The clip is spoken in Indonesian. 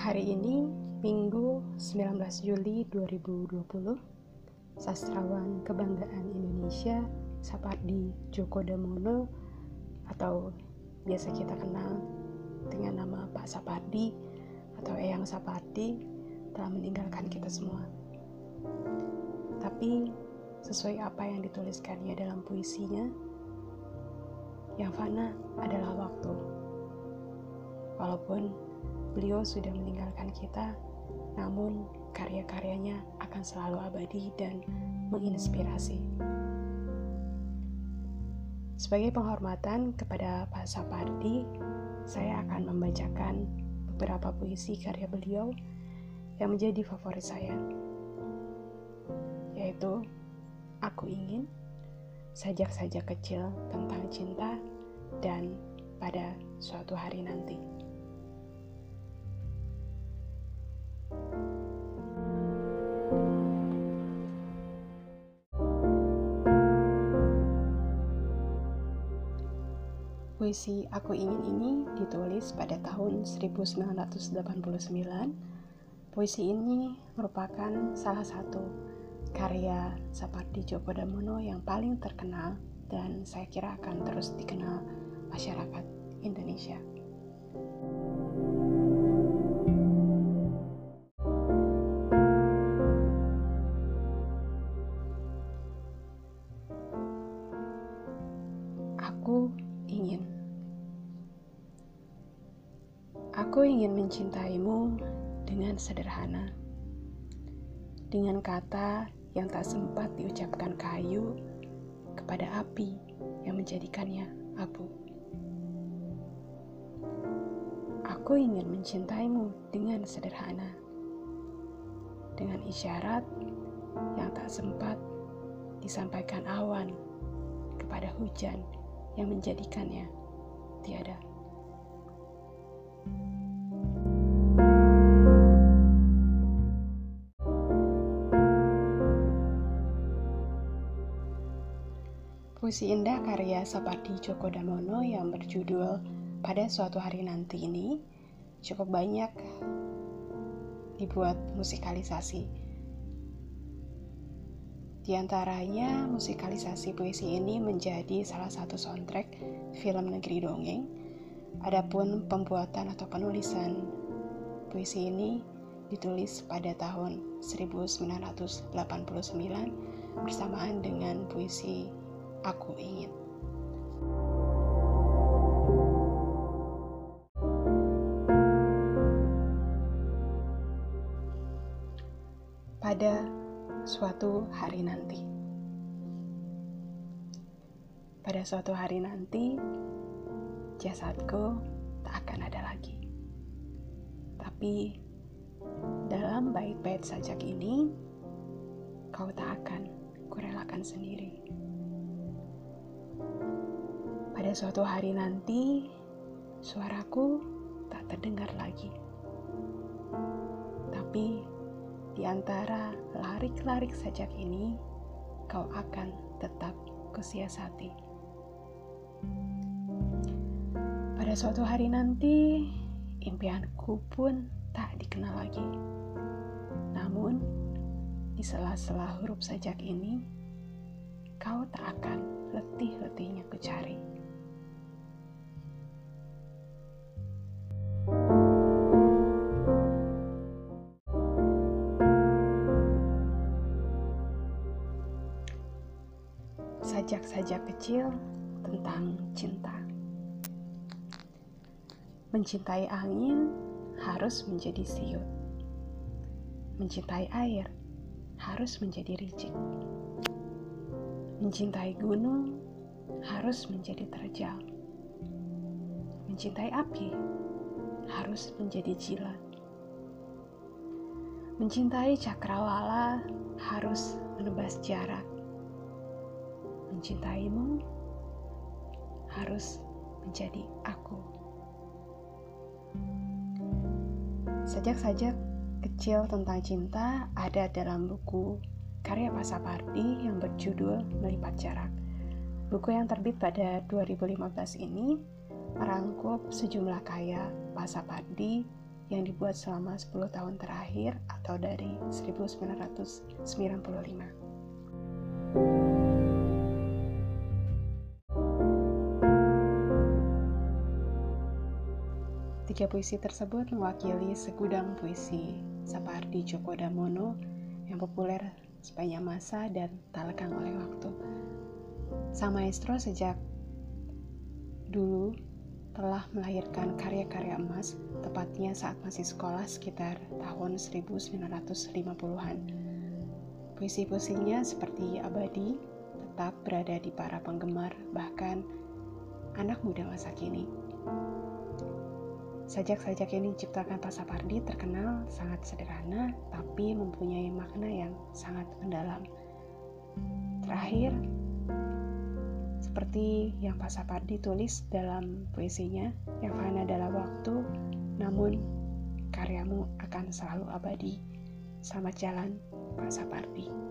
Hari ini, Minggu 19 Juli 2020, sastrawan kebanggaan Indonesia Sapardi Djoko Damono atau biasa kita kenal dengan nama Pak Sapardi atau Eyang Sapardi telah meninggalkan kita semua. Tapi sesuai apa yang dituliskannya dalam puisinya, yang fana adalah waktu. Walaupun beliau sudah meninggalkan kita, namun karya-karyanya akan selalu abadi dan menginspirasi. Sebagai penghormatan kepada Pak Sapardi, saya akan membacakan beberapa puisi karya beliau yang menjadi favorit saya, yaitu Aku Ingin, Sajak-sajak Kecil Tentang Cinta, dan Pada Suatu Hari Nanti. Puisi Aku Ingin ini ditulis pada tahun 1989. Puisi ini merupakan salah satu karya Sapardi Djoko Damono yang paling terkenal dan saya kira akan terus dikenal masyarakat Indonesia. Aku ingin. Aku ingin mencintaimu dengan sederhana, dengan kata yang tak sempat diucapkan kayu kepada api yang menjadikannya abu. Aku ingin mencintaimu dengan sederhana, dengan isyarat yang tak sempat disampaikan awan kepada hujan yang menjadikannya tiada. Puisi indah karya Sapardi Djoko Damono yang berjudul Pada Suatu Hari Nanti ini cukup banyak dibuat musikalisasi. Di antaranya, musikalisasi puisi ini menjadi salah satu soundtrack film Negeri Dongeng. Adapun pembuatan atau penulisan puisi ini ditulis pada tahun 1989 bersamaan dengan puisi Aku Ingin. Pada suatu hari nanti. Pada suatu hari nanti, jasadku tak akan ada lagi. Tapi dalam bait-bait sajak ini, kau tak akan kurelakan sendiri. Pada suatu hari nanti, suaraku tak terdengar lagi. Tapi di antara larik-larik sajak ini, kau akan tetap kusiasati. Pada suatu hari nanti, impianku pun tak dikenal lagi. Namun, di sela-sela huruf sajak ini, kau tak akan letih-letihnya kucari. Sajak-sajak kecil tentang cinta. Mencintai angin harus menjadi siut. Mencintai air harus menjadi rijik. Mencintai gunung harus menjadi terjal. Mencintai api harus menjadi jilat. Mencintai cakrawala harus menebas jarak. Mencintaimu harus menjadi aku. Sajak-sajak kecil tentang cinta ada dalam buku karya Pak Sapardi yang berjudul Melipat Jarak. Buku yang terbit pada 2015 ini merangkup sejumlah karya Pak Sapardi yang dibuat selama 10 tahun terakhir atau dari 1995. Tiga puisi tersebut mewakili segudang puisi Sapardi Djoko Damono yang populer sepanjang masa dan tak lekang oleh waktu. Sang maestro sejak dulu telah melahirkan karya-karya emas, tepatnya saat masih sekolah sekitar tahun 1950-an. Puisi-puisinya seperti abadi, tetap berada di para penggemar, bahkan anak muda masa kini. Sajak-sajak yang diciptakan Pak Sapardi terkenal sangat sederhana, tapi mempunyai makna yang sangat mendalam. Terakhir, seperti yang Pak Sapardi tulis dalam puisinya, yang fana adalah waktu, namun karyamu akan selalu abadi. Selamat jalan, Pak Sapardi.